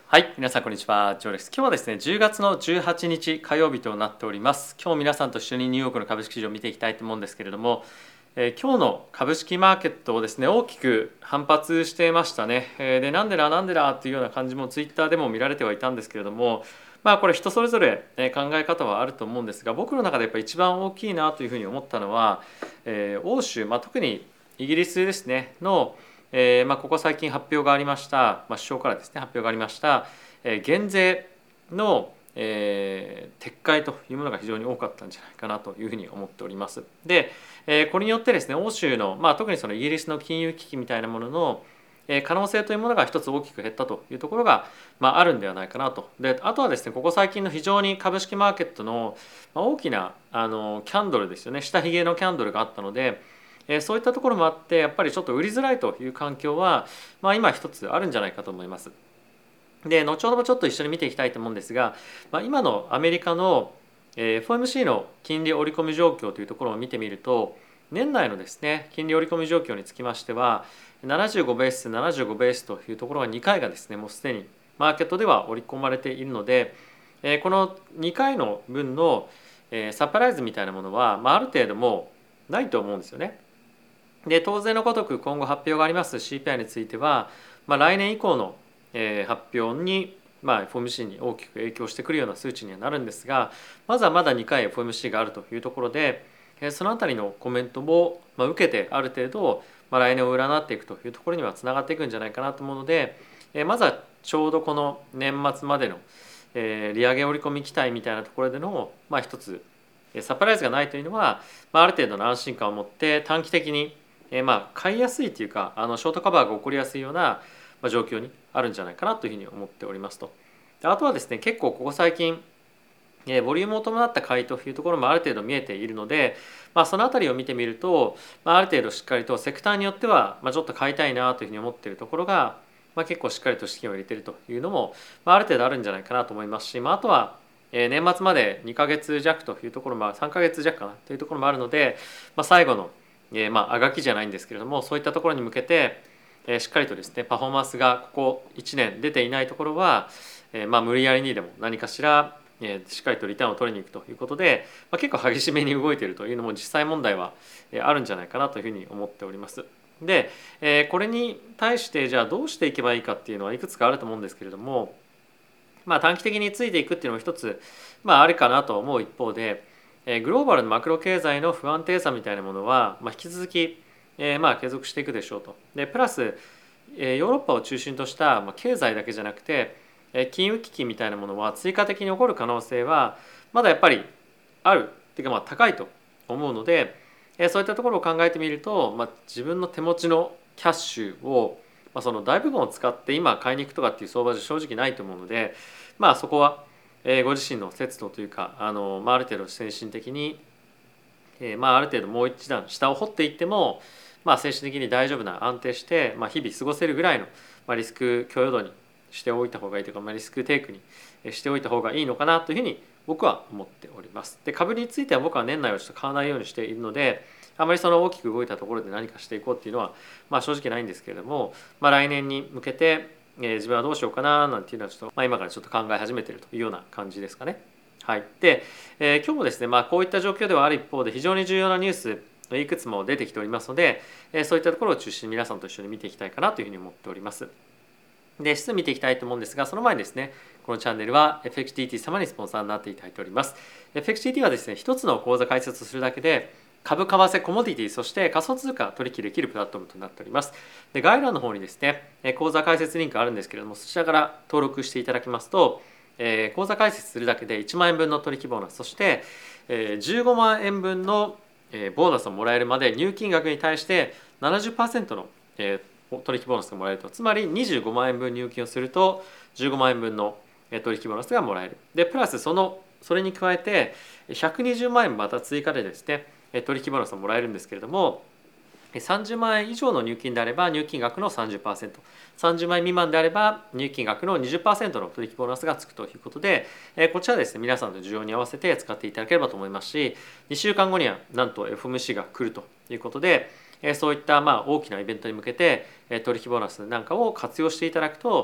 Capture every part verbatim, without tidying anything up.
はい、皆さんこんにちは、ジョーです。今日はですね、じゅうがつのじゅうはちにち火曜日となっております。今日皆さんと一緒にニューヨークの株式市場を見ていきたいと思うんですけれども、えー、今日の株式マーケットをですね、大きく反発してましたね。えー、で、なんでだなんでだというような感じもツイッターでも見られてはいたんですけれども、まあこれ人それぞれ考え方はあると思うんですが、僕の中でやっぱり一番大きいなというふうに思ったのは、えー、欧州、まあ、特にイギリスですねのえーまあ、ここ最近発表がありました、まあ、首相からですね発表がありました、えー、減税の、えー、撤回というものが非常に多かったんじゃないかなというふうに思っております。で、えー、これによってですね欧州の、まあ、特にそのイギリスの金融危機みたいなもののえー可能性というものが一つ大きく減ったというところが、まあ、あるんではないかなと。であとはですねここ最近の非常に株式マーケットの大きなあのキャンドルですよね、下髭のキャンドルがあったので、えそういったところもあってやっぱりちょっと売りづらいという環境は、まあ、今一つあるんじゃないかと思います。で後ほどもちょっと一緒に見ていきたいと思うんですが、まあ、今のアメリカの エフオーエムシー の金利織り込み状況というところを見てみると、年内のですね金利織り込み状況につきましてはななじゅうごベースななじゅうごベースというところがにかいがですねもうすでにマーケットでは織り込まれているので、このにかいの分のサプライズみたいなものは、まあ、ある程度もうないと思うんですよね。で当然のごとく今後発表があります シーピーアイ については、まあ、来年以降の発表に、まあ、エフオーエムシー に大きく影響してくるような数値にはなるんですが、まずはまだにかい エフオーエムシー があるというところで、そのあたりのコメントも受けてある程度、まあ、来年を占っていくというところにはつながっていくんじゃないかなと思うので、まずはちょうどこの年末までの利上げ織り込み期待みたいなところでの、まあ、一つサプライズがないというのは、まあ、ある程度の安心感を持って短期的にえー、まあ買いやすいというかあのショートカバーが起こりやすいような状況にあるんじゃないかなというふうに思っておりますと。あとはですね結構ここ最近えーボリュームを伴った買いというところもある程度見えているので、まあ、そのあたりを見てみると、まあ、ある程度しっかりとセクターによっては、まあ、ちょっと買いたいなというふうに思っているところが、まあ、結構しっかりと資金を入れているというのも、まあ、ある程度あるんじゃないかなと思いますし、まあ、あとはえー年末までにかげつ弱というところもさんかげつ弱かなというところもあるので、まあ、最後のえーまああがきじゃないんですけれどもそういったところに向けて、えーしっかりとですねパフォーマンスがここいちねん出ていないところは、えーまあ無理やりにでも何かしら、えーしっかりとリターンを取りに行くということで、まあ、結構激しめに動いているというのも実際問題はあるんじゃないかなというふうに思っております。で、えーこれに対してじゃあどうしていけばいいかっていうのはいくつかあると思うんですけれども、まあ短期的についていくっていうのも一つ、まあ、あるかなと思う一方で、グローバルのマクロ経済の不安定さみたいなものは、まあ、引き続き、えーまあ継続していくでしょうと。でプラス、えーヨーロッパを中心とした、まあ、経済だけじゃなくて、えー金融危機みたいなものは追加的に起こる可能性はまだやっぱりあるっていうかまあ高いと思うので、えーそういったところを考えてみると、まあ、自分の手持ちのキャッシュを、まあ、その大部分を使って今買いに行くとかっていう相場じゃ正直ないと思うので、まあそこはえーご自身の節度というかあの、まあ、ある程度精神的に、えーまあ、ある程度もう一段下を掘っていっても、まあ、精神的に大丈夫な安定して、まあ、日々過ごせるぐらいの、まあ、リスク許容度にしておいた方がいいというか、まあ、リスクテイクにしておいた方がいいのかなというふうに僕は思っております。で株については僕は年内はちょっと買わないようにしているので、あまりその大きく動いたところで何かしていこうっていうのは、まあ、正直ないんですけれども、まあ、来年に向けてえー、自分はどうしようかななんていうのはちょっと、まあ、今からちょっと考え始めているというような感じですかね。はい、で、えー、今日もですね、まあ、こういった状況ではある一方で非常に重要なニュースいくつも出てきておりますので、えー、そういったところを中心に皆さんと一緒に見ていきたいかなというふうに思っております。で、指数見ていきたいと思うんですが、その前にですね、このチャンネルは エフエックスティーティー 様にスポンサーになっていただいております。エフエックスティーティー はですね、一つの口座開設するだけで株、為替、コモディティ、そして仮想通貨取引できるプラットフォームとなっております。で、概要欄の方にですね、口座開設リンクあるんですけれども、そちらから登録していただきますと、えー、口座開設するだけでいちまんえんぶんの取引ボーナス、そして、えー、じゅうごまんえんぶんのボーナスをもらえるまで入金額に対してななじゅっパーセントの、えー、取引ボーナスがもらえると。つまりにじゅうごまんえんぶん入金をするとじゅうごまんえんぶんの取引ボーナスがもらえる。でプラスそのそれに加えてひゃくにじゅうまんえんまた追加でですね取引ボーナスをもらえるんですけれども、さんじゅうまんえん以上の入金であれば入金額の さんじゅっパーセント、さんじゅうまんえん未満であれば入金額の にじゅっパーセント の取引ボーナスがつくということで、こちらですね皆さんの需要に合わせて使っていただければと思いますし、にしゅうかんごにはなんと エフオーエムシー が来るということで、そういったまあ大きなイベントに向けて取引ボーナスなんかを活用していただくと、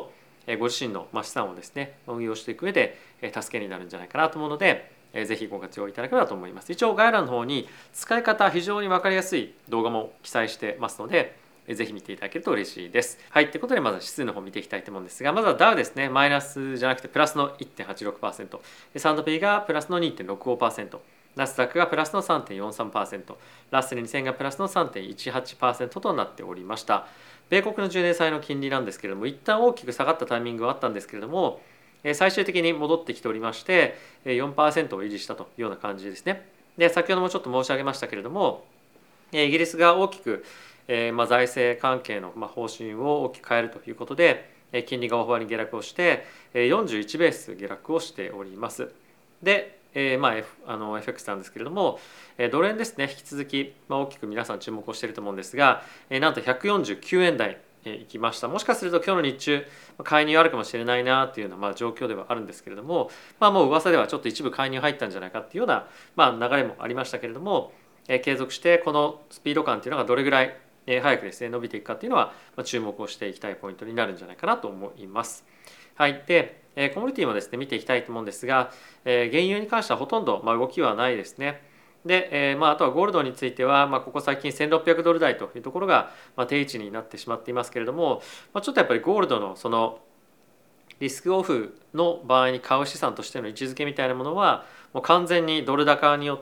ご自身の資産をですね運用していく上で助けになるんじゃないかなと思うので、ぜひご活用いただければと思います。一応概要欄の方に使い方非常に分かりやすい動画も記載してますので、ぜひ見ていただけると嬉しいです。はい、ということでまず指数の方見ていきたいと思うんですが、まずはダウですね、マイナスじゃなくてプラスの いってんはちろくパーセント、サンドピーがプラスの にてんろくごパーセント、ナスダックがプラスの さんてんよんさんパーセント、ラッセルにせんがプラスの さんてんいちはちパーセント となっておりました。米国のじゅうねん債の金利なんですけれども、一旦大きく下がったタイミングはあったんですけれども、最終的に戻ってきておりまして よんパーセント を維持したというような感じですね。で、先ほどもちょっと申し上げましたけれども、イギリスが大きく、えーまあ、財政関係の方針を大きく変えるということで、金利が大幅に下落をしてよんじゅういちベース下落をしております。で、えー、まあ F あの エフエックス なんですけれども、ドル円ですね、引き続き、まあ、大きく皆さん注目をしていると思うんですが、なんとひゃくよんじゅうきゅうえん台いきました。もしかすると今日の日中介入あるかもしれないなというようなまあ状況ではあるんですけれども、まあ、もう噂ではちょっと一部介入入ったんじゃないかっていうようなまあ流れもありましたけれども、継続してこのスピード感というのがどれぐらい早くですね伸びていくかっていうのは注目をしていきたいポイントになるんじゃないかなと思います。はい、でコモディティもですね見ていきたいと思うんですが、原油に関してはほとんどまあ動きはないですね。で、えーまあ、あとはゴールドについては、まあ、ここ最近せんろっぴゃくドル台というところが、まあ、定位置になってしまっていますけれども、まあ、ちょっとやっぱりゴールドのそのリスクオフの場合に買う資産としての位置づけみたいなものはもう完全にドル高によって、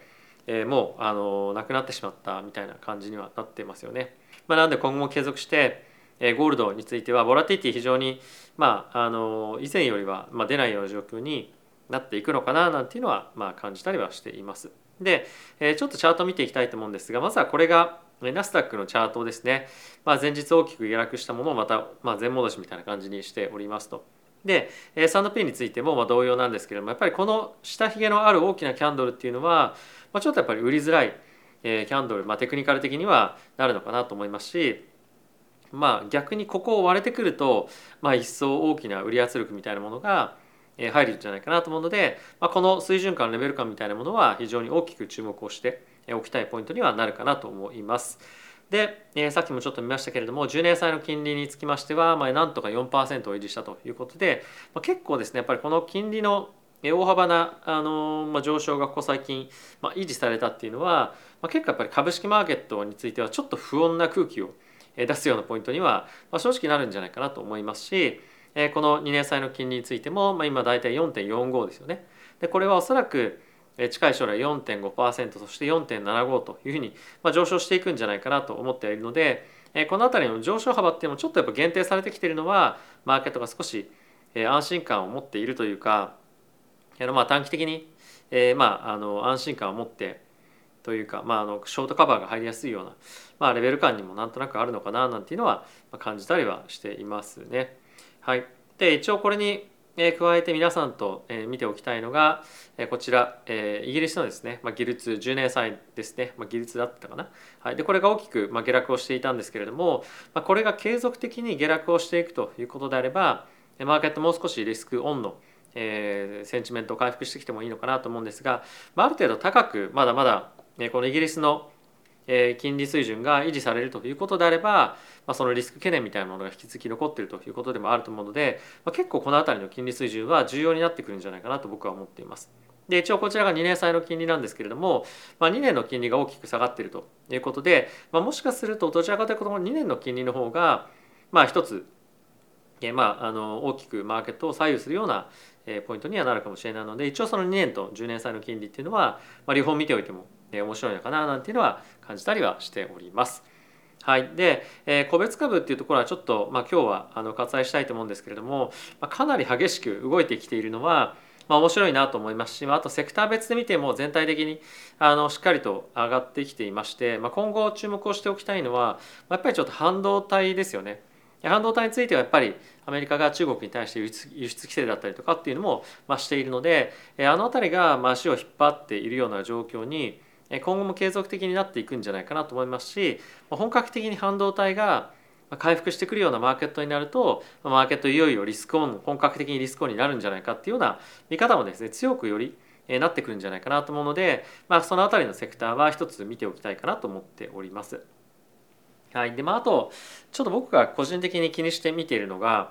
えー、もうあのなくなってしまったみたいな感じにはなっていますよね。まあ、なので今後も継続して、えー、ゴールドについてはボラティリティ非常に、まあ、あの以前よりは、まあ、出ないような状況になっていくのかななんていうのは、まあ、感じたりはしています。で、ちょっとチャートを見ていきたいと思うんですが、まずはこれがナスダックのチャートですね。まあ、前日大きく下落したものをまた、まあ、前戻しみたいな感じにしておりますと。で、サンドピーについてもまあ同様なんですけれども、やっぱりこの下髭のある大きなキャンドルっていうのは、まあ、ちょっとやっぱり売りづらいキャンドル、まあ、テクニカル的にはなるのかなと思いますし、まあ、逆にここを割れてくると、まあ、一層大きな売り圧力みたいなものが入るんじゃないかなと思うので、まあ、この水準感レベル感みたいなものは非常に大きく注目をしておきたいポイントにはなるかなと思います。で、えー、さっきもちょっと見ましたけれども、じゅうねん債の金利につきましては、まあ、なんとか よんパーセント を維持したということで、まあ、結構ですねやっぱりこの金利の大幅な、あのーまあ、上昇がここ最近、まあ、維持されたっていうのは、まあ、結構やっぱり株式マーケットについてはちょっと不穏な空気を出すようなポイントには、まあ、正直なるんじゃないかなと思いますし、このにねん債の金利についても、まあ、今大体 よんてんよんご ですよね。でこれはおそらく近い将来 よんてんごパーセント そして よんてんななご というふうに上昇していくんじゃないかなと思っているので、この辺りの上昇幅っていうのもちょっとやっぱ限定されてきているのはマーケットが少し安心感を持っているというか、まあ短期的にまああの安心感を持ってというか、まあ、あのショートカバーが入りやすいような、まあ、レベル感にもなんとなくあるのかななんていうのは感じたりはしていますね。はい、で一応これに加えて皆さんと見ておきたいのがこちらイギリスのですね、まあ、ギルツじゅうねん債ですね、まあ、ギルツだったかな、はい、でこれが大きく下落をしていたんですけれども、まあ、これが継続的に下落をしていくということであればマーケットもう少しリスクオンのえー、センチメントを回復してきてもいいのかなと思うんですが、まあ、ある程度高くまだまだこのイギリスの金利水準が維持されるということであれば、まあ、そのリスク懸念みたいなものが引き続き残っているということでもあると思うので、まあ、結構この辺りの金利水準は重要になってくるんじゃないかなと僕は思っています。で一応こちらがにねん債の金利なんですけれども、まあ、にねんの金利が大きく下がっているということで、まあ、もしかするとどちらかというとにねんの金利の方がまあ一つまあ、あの大きくマーケットを左右するようなポイントにはなるかもしれないので、一応そのにねんとじゅうねん債の金利っていうのは、まあ、両方見ておいても面白いのかななんていうのは感じたりはしております。はい、で、えー、個別株っていうところはちょっと、まあ、今日はあの割愛したいと思うんですけれども、まあ、かなり激しく動いてきているのは、まあ、面白いなと思いますし、あとセクター別で見ても全体的にあのしっかりと上がってきていまして、まあ、今後注目をしておきたいのはやっぱりちょっと半導体ですよね。半導体についてはやっぱりアメリカが中国に対して輸出輸出規制だったりとかっていうのもまあしているので、あの辺りがまあ足を引っ張っているような状況に今後も継続的になっていくんじゃないかなと思いますし、本格的に半導体が回復してくるようなマーケットになると、マーケットいよいよリスクオン、本格的にリスクオンになるんじゃないかっていうような見方もですね強くよりなってくるんじゃないかなと思うので、まあ、その辺りのセクターは一つ見ておきたいかなと思っております。はい、でまああとちょっと僕が個人的に気にして見ているのが、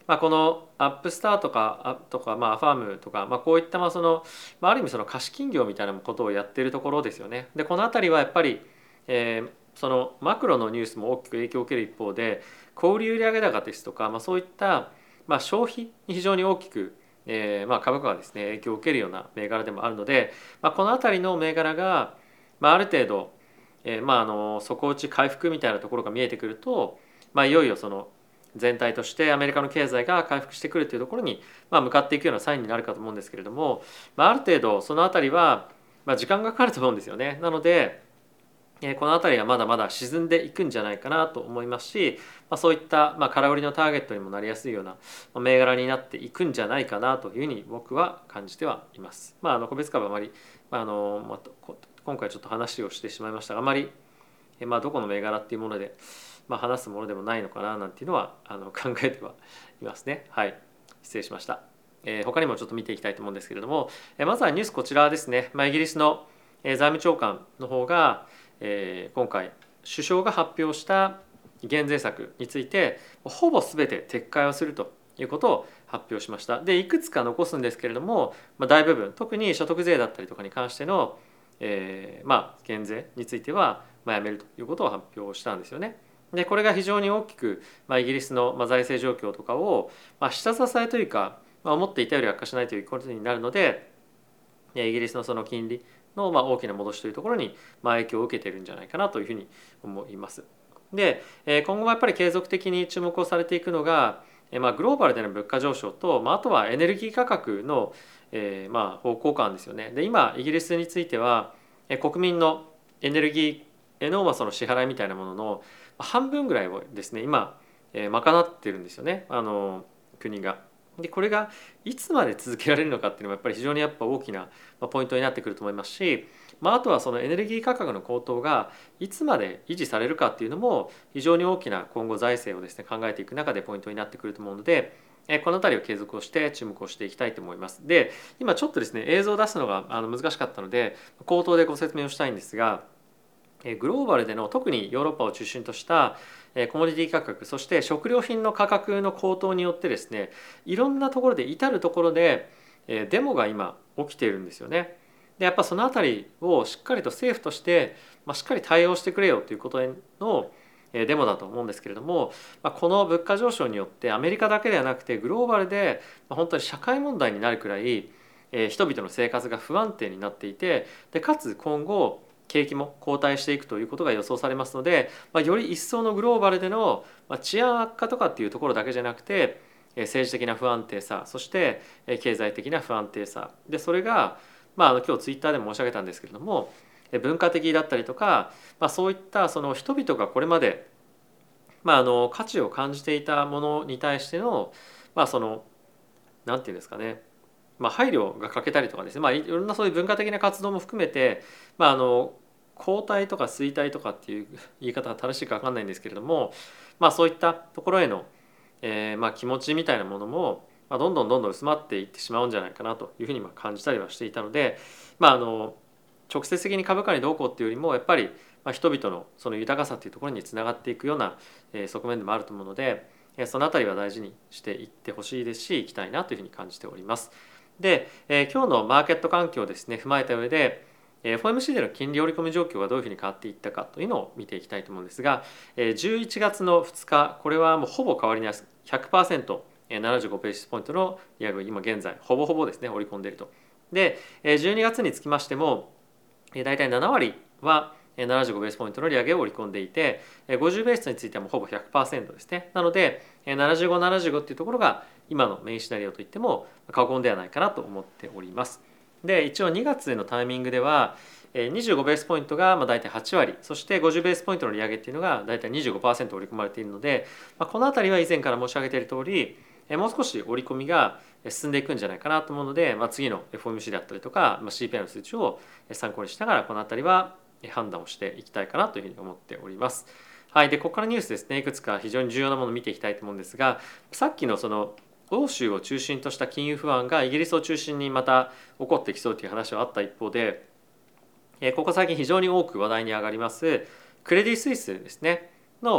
まあ、このアップスターとかあとか、まあ、ファームとか、まあ、こういったまあその、まあ、ある意味その貸金業みたいなことをやっているところですよね。でこの辺りはやっぱり、えーそのマクロのニュースも大きく影響を受ける一方で小売売上高ですとか、まあ、そういった、まあ、消費に非常に大きく、えーまあ、株価がですね影響を受けるような銘柄でもあるので、まあ、この辺りの銘柄が、まあ、ある程度、えーまあ、あの底打ち回復みたいなところが見えてくると、まあ、いよいよその全体としてアメリカの経済が回復してくるというところに、まあ、向かっていくようなサインになるかと思うんですけれども、まあ、ある程度その辺りは、まあ、時間がかかると思うんですよね。なのでこの辺りはまだまだ沈んでいくんじゃないかなと思いますし、まあ、そういったまあ空売りのターゲットにもなりやすいような銘柄になっていくんじゃないかなというふうに僕は感じてはいます。まあ、あの個別株はあまり、まあ、あのまあ、今回ちょっと話をしてしまいましたが、あまり、まあ、どこの銘柄っていうもので、まあ、話すものでもないのかななんていうのはあの考えてはいますね。はい、失礼しました。えー、他にもちょっと見ていきたいと思うんですけれども、えー、まずはニュースこちらですね。まあ、イギリスの財務長官の方がえー、今回首相が発表した減税策についてほぼ全て撤回をするということを発表しました。でいくつか残すんですけれども、まあ、大部分特に所得税だったりとかに関しての、えー、まあ減税については、まあ、やめるということを発表したんですよね。でこれが非常に大きく、まあ、イギリスの財政状況とかを、まあ、下支えというか、まあ、思っていたより悪化しないということになるので、イギリスのその金利のまあ大きな戻しというところにまあ影響を受けているんじゃないかなというふうに思います。で今後もやっぱり継続的に注目をされていくのが、まあ、グローバルでの物価上昇と、まあ、あとはエネルギー価格の、えー、まあ方向感ですよね。で今イギリスについては国民のエネルギーへのまあその支払いみたいなものの半分ぐらいをですね今賄ってるんですよね、あの国が。でこれがいつまで続けられるのかっていうのもやっぱり非常にやっぱ大きなポイントになってくると思いますし、まあ、あとはそのエネルギー価格の高騰がいつまで維持されるかっていうのも非常に大きな今後財政をですね考えていく中でポイントになってくると思うので、この辺りを継続をして注目をしていきたいと思います。で今ちょっとですね映像を出すのがあの難しかったので口頭でご説明をしたいんですが、グローバルでの特にヨーロッパを中心としたコモディティ価格、そして食料品の価格の高騰によってですねいろんなところで至るところでデモが今起きているんですよね。でやっぱそのあたりをしっかりと政府として、まあ、しっかり対応してくれよということのデモだと思うんですけれども、まあ、この物価上昇によってアメリカだけではなくてグローバルで本当に社会問題になるくらい人々の生活が不安定になっていて、でかつ今後景気も後退していくということが予想されますので、まあ、より一層のグローバルでの治安悪化とかっていうところだけじゃなくて政治的な不安定さ、そして経済的な不安定さで、それが、まあ、あの今日ツイッターでも申し上げたんですけれども文化的だったりとか、まあ、そういったその人々がこれまで、まあ、あの価値を感じていたものに対しての、まあ、そのなんていうんですかね、まあ、配慮が欠けたりとかですね、まあ、いろんなそういう文化的な活動も含めて、まあ、あの後退とか衰退とかっていう言い方が正しいか分かんないんですけれども、まあ、そういったところへの、えーまあ、気持ちみたいなものも、まあ、どんどんどんどん薄まっていってしまうんじゃないかなというふうにまあ感じたりはしていたので、まあ、あの直接的に株価にどうこうっていうよりもやっぱりまあ人々のその豊かさっていうところにつながっていくような側面でもあると思うので、そのあたりは大事にしていってほしいですし、いきたいなというふうに感じております。で、えー、今日のマーケット環境をですね踏まえた上で エフオーエムシー での金利織り込み状況がどういうふうに変わっていったかというのを見ていきたいと思うんですが、じゅういちがつのふつか、これはもうほぼ変わりなし ひゃくパーセント、ななじゅうごベーシスポイントの利上げを今現在ほぼほぼですね織り込んでいると。でじゅうにがつにつきましても大体ななわりはななじゅうごベースポイントの利上げを織り込んでいて、ごじゅうベースについてはもうほぼ ひゃくパーセント ですね。なのでななじゅうご、ななじゅうごっていうところが今のメインシナリオといっても過言ではないかなと思っております。で一応にがつのタイミングではにじゅうごベースポイントが大体はちわり、そしてごじゅうベースポイントの利上げっていうのが大体 にじゅうごパーセント 織り込まれているので、このあたりは以前から申し上げている通りもう少し織り込みが進んでいくんじゃないかなと思うので、まあ、次の エフオーエムシー だったりとか シーピーアイ の数値を参考にしながらこのあたりは判断をしていきたいかなというふうに思っております。はい、でここからニュースですね、いくつか非常に重要なものを見ていきたいと思うんですが、さっきのその欧州を中心とした金融不安がイギリスを中心にまた起こってきそうという話はあった一方で、ここ最近非常に多く話題に上がりますクレディ・スイスですねの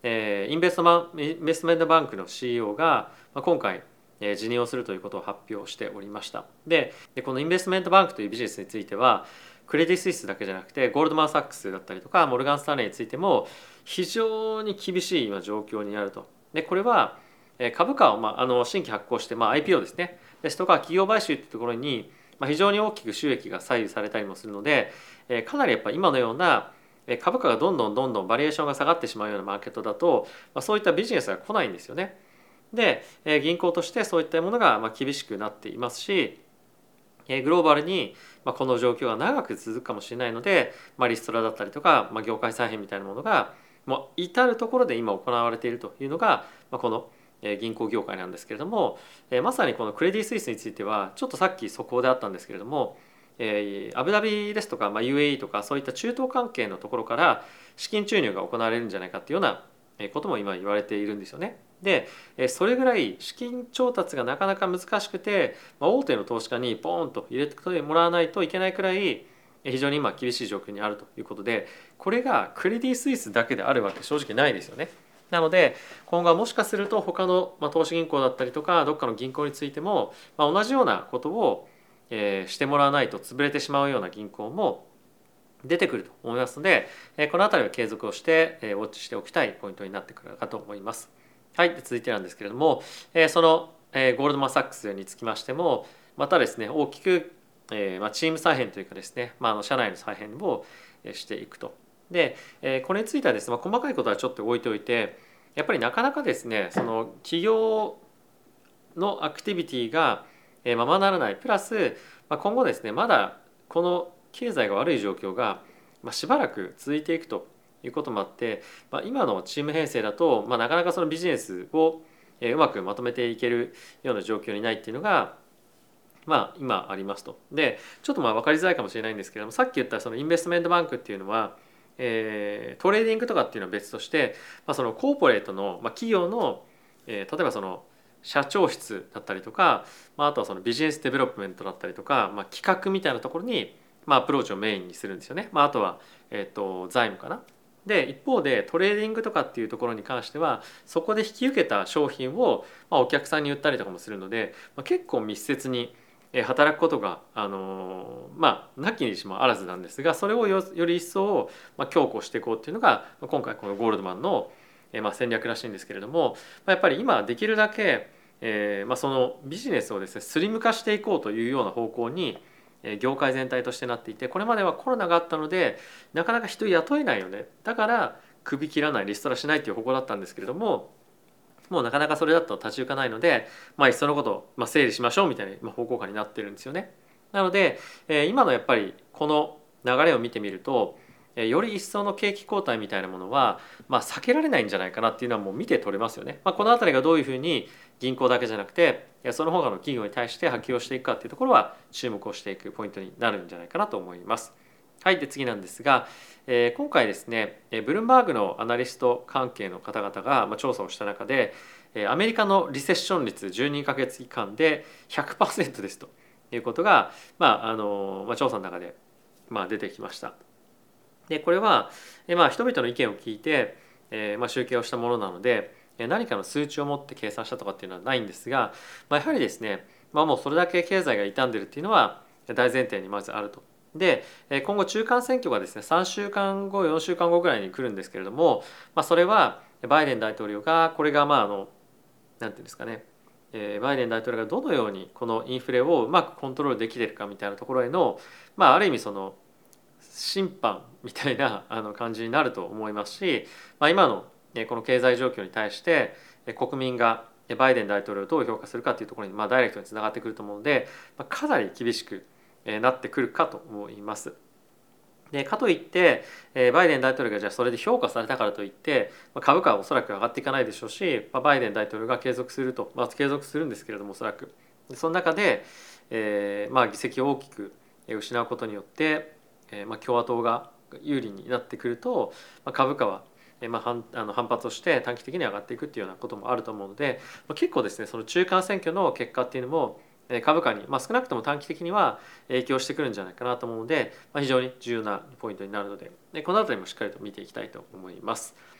えー、インベストマン、インベストメントバンクの シーイーオー が、まあ、今回辞任をするということを発表しておりました。で、このインベストメントバンクというビジネスについてはクレディ・スイスだけじゃなくてゴールドマン・サックスだったりとかモルガン・スタンレーについても非常に厳しい今状況にあると。でこれは株価を、まあ、あの新規発行して、まあ、アイピーオー ですねですとか企業買収というところに、まあ、非常に大きく収益が左右されたりもするのでかなりやっぱ今のような株価がどんどんどんどんバリエーションが下がってしまうようなマーケットだと、まあ、そういったビジネスが来ないんですよね。で銀行としてそういったものがまあ厳しくなっていますしグローバルにこの状況が長く続くかもしれないので、まあ、リストラだったりとか、まあ、業界再編みたいなものがもう至る所で今行われているというのが、まあ、この銀行業界なんですけれども、まさにこのクレディ・スイスについてはちょっとさっき速報であったんですけれども、アブダビですとか、まあ、ユーエーイー とかそういった中東関係のところから資金注入が行われるんじゃないかっていうようなことも今言われているんですよね。でそれぐらい資金調達がなかなか難しくて、まあ、大手の投資家にポーンと入れてもらわないといけないくらい非常に今厳しい状況にあるということで、これがクレディ・スイスだけであるわけ正直ないですよね。なので今後はもしかすると他の投資銀行だったりとかどっかの銀行についても同じようなことをしてもらわないと潰れてしまうような銀行も出てくると思いますので、このあたりは継続をしてウォッチしておきたいポイントになってくるかと思います。はい、続いてなんですけれども、そのゴールドマン・サックスにつきましてもまたですね大きくチーム再編というかですね、まあ、あの社内の再編をしていくと。でこれについてはですね、まあ、細かいことはちょっと置いておいてやっぱりなかなかですねその企業のアクティビティがままならないプラス今後ですねまだこの経済が悪い状況がしばらく続いていくということもあって、まあ、今のチーム編成だと、まあ、なかなかそのビジネスをうまくまとめていけるような状況にないっていうのがまあ今ありますと。でちょっとまあ分かりづらいかもしれないんですけれども、さっき言ったそのインベストメントバンクっていうのは、えー、トレーディングとかっていうのは別として、まあ、そのコーポレートの、まあ、企業の、えー、例えばその社長室だったりとか、まあ、あとはそのビジネスデベロップメントだったりとか、まあ、企画みたいなところに、まあ、アプローチをメインにするんですよね。まあ、あとは、えー、と財務かな。で一方でトレーディングとかっていうところに関してはそこで引き受けた商品を、まあ、お客さんに売ったりとかもするので、まあ、結構密接に働くことが、あのー、まあなきにしもあらずなんですが、それを よ, より一層、まあ、強固していこうっていうのが今回このゴールドマンの、えーまあ、戦略らしいんですけれども、まあ、やっぱり今できるだけ、えーまあ、そのビジネスをですねスリム化していこうというような方向に業界全体としてなっていて、これまではコロナがあったのでなかなか人雇えないよね、だから首切らないリストラしないという方向だったんですけれども、もうなかなかそれだと立ち行かないので、まあ、いっそのこと、まあ、整理しましょうみたいな方向感になってるんですよね。なので、えー、今のやっぱりこの流れを見てみると、えー、より一層の景気後退みたいなものは、まあ、避けられないんじゃないかなっていうのはもう見て取れますよね。まあ、この辺りがどういうふうに銀行だけじゃなくてその他の企業に対して波及をしていくかっていうところは注目をしていくポイントになるんじゃないかなと思います。はい、で次なんですが、えー、今回ですねブルームバーグのアナリスト関係の方々が、まあ、調査をした中でアメリカのリセッション率じゅうにかげつ間で ひゃくパーセント ですということが、まああのまあ、調査の中で、まあ、出てきました。でこれは、まあ、人々の意見を聞いて、えーまあ、集計をしたものなので何かの数値を持って計算したとかっていうのはないんですが、まあ、やはりですね、まあ、もうそれだけ経済が傷んでるっていうのは大前提にまずあると。で今後中間選挙がですねさんしゅうかんごよんしゅうかんごぐらいに来るんですけれども、まあ、それはバイデン大統領がこれがまああのなんていうんですかね、バイデン大統領がどのようにこのインフレをうまくコントロールできているかみたいなところへの、まあ、ある意味その審判みたいなあの感じになると思いますし、まあ、今のこの経済状況に対して国民がバイデン大統領をどう評価するかというところにまあダイレクトにつながってくると思うので、まあ、かなり厳しくなってくるかと思います。でかといってバイデン大統領がじゃあそれで評価されたからといって株価はおそらく上がっていかないでしょうし、バイデン大統領が継続すると、まあ、継続するんですけれどもおそらくその中で、えーまあ、議席を大きく失うことによって、えーまあ、共和党が有利になってくると、まあ、株価はまあ、反あの反発をして短期的に上がっていくっていうようなこともあると思うので、まあ、結構ですねその中間選挙の結果っていうのも株価に、まあ、少なくとも短期的には影響してくるんじゃないかなと思うので、まあ、非常に重要なポイントになるので、でこの辺りもしっかりと見ていきたいと思います。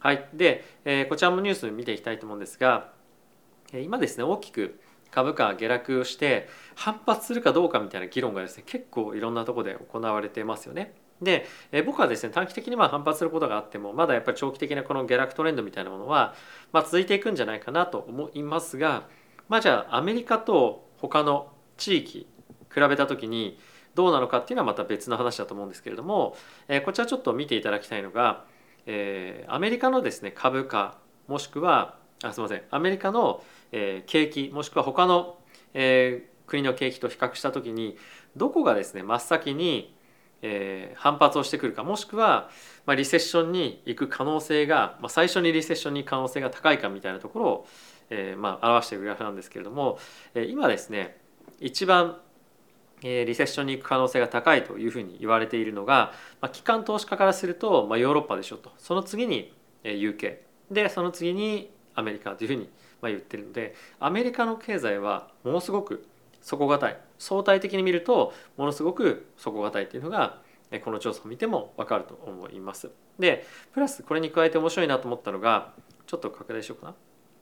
はい、で、えーこちらもニュース見ていきたいと思うんですが、えー今ですね大きく株価が下落をして反発するかどうかみたいな議論がですね結構いろんなところで行われてますよね。で、えー僕はですね短期的にまあ反発することがあってもまだやっぱり長期的なこの下落トレンドみたいなものは、まあ、続いていくんじゃないかなと思いますが、まあ、じゃあアメリカと他の地域比べた時にどうなのかっていうのはまた別の話だと思うんですけれども、えーこちらちょっと見ていただきたいのが、えーアメリカのですね株価もしくはあすみませんアメリカの、えー景気もしくは他の、えー国の景気と比較した時にどこがですね真っ先に、えー反発をしてくるかもしくは、まあ、リセッションに行く可能性が、まあ、最初にリセッションに行く可能性が高いかみたいなところを、えーまあ、表しているグラフなんですけれども、えー今ですね一番えーリセッションに行く可能性が高いというふうに言われているのが、まあ、機関投資家からすると、まあ、ヨーロッパでしょと、その次に ユーケー でその次にアメリカというふうにまあ言ってるので、アメリカの経済はものすごく底堅い、相対的に見るとものすごく底堅いというのがえーこの調査を見ても分かると思います。でプラスこれに加えて面白いなと思ったのが、ちょっと拡大しようかな。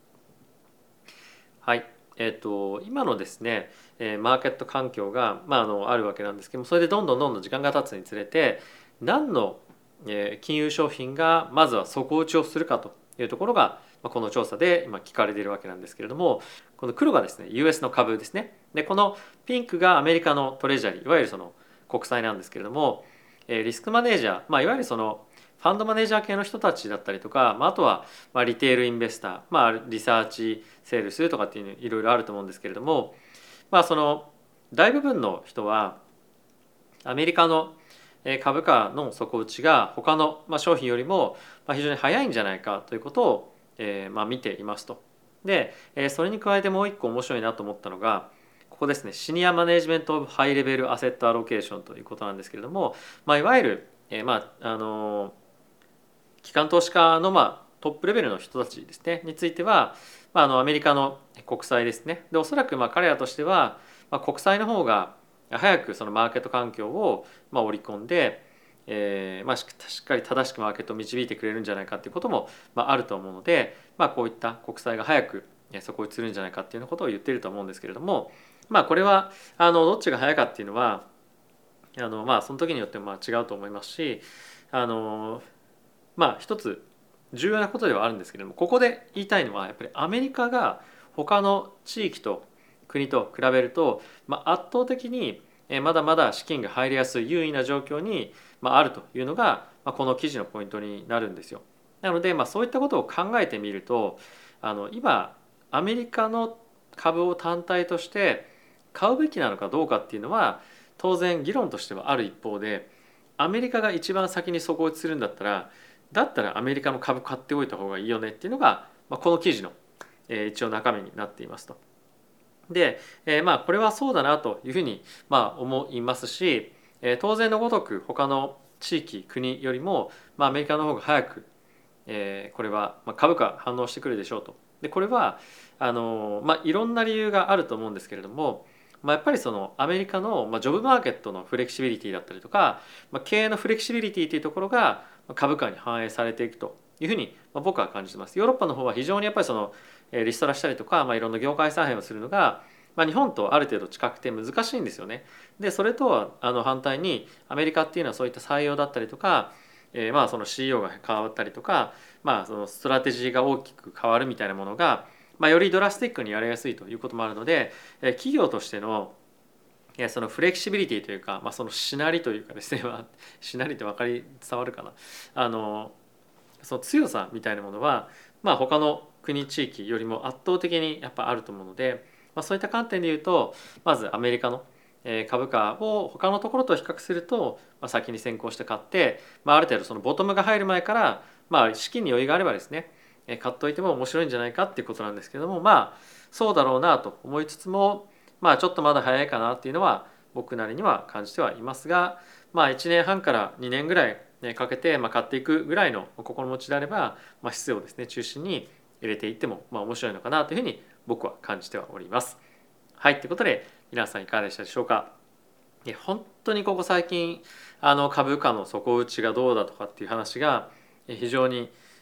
はい、えー、と今のですね、えーマーケット環境が、まあ、あのあるわけなんですけども、それでどんどんどんどん時間が経つにつれて何の、えー金融商品がまずは底打ちをするかというところが、まあ、この調査で今聞かれているわけなんですけれども、この黒がですね ユーエス の株ですね。でこのピンクがアメリカのトレジャリー、いわゆるその国債なんですけれども、えーリスクマネージャー、まあ、いわゆるそのファンドマネージャー系の人たちだったりとか、まあ、あとはまあリテールインベスター、まあ、リサーチセールスとかっていうのいろいろあると思うんですけれども、まあ、その大部分の人はアメリカの株価の底打ちが他の商品よりも非常に早いんじゃないかということをまあ見ていますと。でそれに加えてもう一個面白いなと思ったのがここですね、シニアマネジメント・オブ・ハイレベル・アセット・アロケーションということなんですけれども、まあ、いわゆる、えーまああの機関投資家の、まあ、トップレベルの人たちですねについては、まあ、あのアメリカの国債ですね。でおそらくまあ彼らとしては、まあ、国債の方が早くそのマーケット環境をまあ織り込んで、えーまあ、しっかり正しくマーケットを導いてくれるんじゃないかということも、まあ、あると思うので、まあ、こういった国債が早くそこにするんじゃないかっていうようなことを言っていると思うんですけれども、まあ、これはあのどっちが早いかっていうのはあの、まあ、その時によってもまあ違うと思いますし、あのまあ一つ重要なことではあるんですけれども、ここで言いたいのはやっぱりアメリカが他の地域と国と比べると、まあ、圧倒的にまだまだ資金が入りやすい優位な状況にあるというのがこの記事のポイントになるんですよ。なので、まあ、そういったことを考えてみると、あの今アメリカの株を単体として買うべきなのかどうかっていうのは当然議論としてはある一方で、アメリカが一番先に底打ちするんだったらだったらアメリカの株買っておいた方がいいよねっていうのが、まあ、この記事の、えー、一応中身になっていますと。で、えー、まあこれはそうだなというふうにまあ思いますし、えー、当然のごとく他の地域国よりも、まあ、アメリカの方が早く、えー、これは、まあ、株価反応してくるでしょうと。でこれはあの、まあ、いろんな理由があると思うんですけれども、まあ、やっぱりそのアメリカの、まあ、ジョブマーケットのフレキシビリティだったりとか、まあ、経営のフレキシビリティというところが株価に反映されていくというふうに僕は感じてます。ヨーロッパの方は非常にやっぱりそのリストラしたりとか、まあ、いろんな業界再編をするのが、まあ、日本とある程度近くて難しいんですよね。でそれとはあの反対にアメリカっていうのはそういった採用だったりとか、えー、まあその シーイーオー が変わったりとか、まあ、そのストラテジーが大きく変わるみたいなものが、まあ、よりドラスティックにやりやすいということもあるので、企業としてのそのフレキシビリティというか、まあ、そのしなりというかですね、まあ、しなりって分かり伝わるかな、あのその強さみたいなものは、まあ、他の国地域よりも圧倒的にやっぱあると思うので、まあ、そういった観点で言うとまずアメリカの株価を他のところと比較すると、まあ、先に先行して買って、まあ、ある程度そのボトムが入る前から、まあ、資金に余裕があればですね買っておいても面白いんじゃないかっていうことなんですけども、まあそうだろうなと思いつつも、まあちょっとまだ早いかなっていうのは僕なりには感じてはいますが、まあいちねんはんからにねんぐらいかけて買っていくぐらいの心持ちであれば、まあ、質をですね中心に入れていってもまあ面白いのかなというふうに僕は感じてはおります。はい、ということで皆さんいかがでしたでしょうか。本当にここ最近あの株価の底打ちがどうだとかっていう話が非常に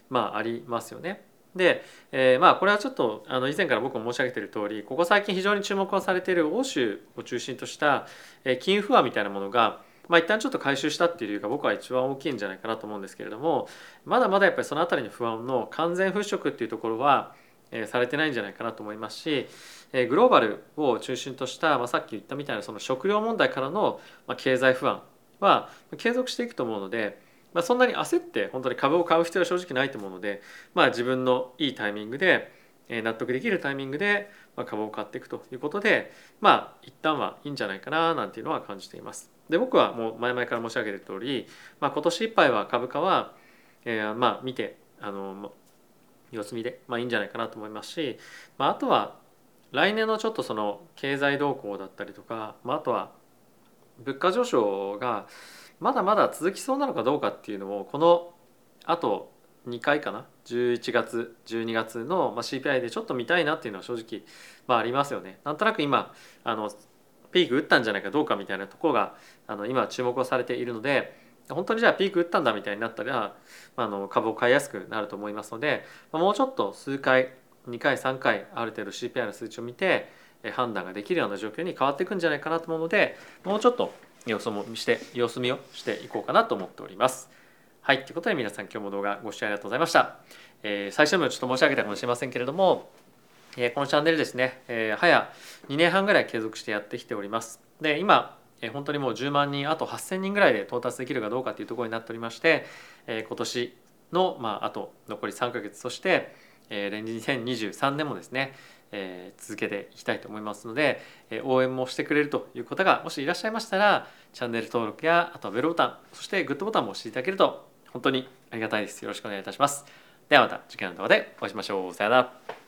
まあありますよね。で、えーまあこれはちょっとあの以前から僕も申し上げている通り、ここ最近非常に注目をされている欧州を中心としたえー金融不安みたいなものが、まあ、一旦ちょっと回収したっていう理由が僕は一番大きいんじゃないかなと思うんですけれども、まだまだやっぱりそのあたりの不安の完全払拭っていうところは、えーされてないんじゃないかなと思いますし、えーグローバルを中心とした、まあ、さっき言ったみたいなその食料問題からの、まあ、経済不安は継続していくと思うので、まあ、そんなに焦って本当に株を買う必要は正直ないと思うので、まあ、自分のいいタイミングでえー納得できるタイミングでまあ株を買っていくということで、まあ一旦はいいんじゃないかななんていうのは感じています。で、僕はもう前々から申し上げている通り、まあ、今年いっぱいは株価は、えーまあ見てあの様子見で、まあ、いいんじゃないかなと思いますし、まあ、あとは来年のちょっとその経済動向だったりとか、まあ、あとは物価上昇がまだまだ続きそうなのかどうかっていうのをこのあとにかいかな、じゅういちがつじゅうにがつの シーピーアイ でちょっと見たいなっていうのは正直まあありますよね。なんとなく今あのピーク打ったんじゃないかどうかみたいなところがあの今注目をされているので、本当にじゃあピーク打ったんだみたいになったら、まあ、あの株を買いやすくなると思いますので、まあもうちょっと数回にかいさんかいある程度 シーピーアイ の数値を見てえ判断ができるような状況に変わっていくんじゃないかなと思うので、もうちょっと様子もして様子見をしていこうかなと思っております。はい、ということで皆さん今日も動画ご視聴ありがとうございました。えー、最初にもちょっと申し上げたかもしれませんけれども、えーこのチャンネルですね、えー早にねんはんぐらい継続してやってきております。で、今、えー本当にもうじゅうまん人、あとはっせんにんぐらいで到達できるかどうかというところになっておりまして、えー今年の、まあ、あと残りさんかげつ、そして、えー、にせんにじゅうさんねんもですね、えー続けていきたいと思いますので、えー応援もしてくれるという方がもしいらっしゃいましたら、チャンネル登録やあとはベルボタン、そしてグッドボタンも押していただけると本当にありがたいです。よろしくお願いいたします。ではまた次回の動画でお会いしましょう。さよなら。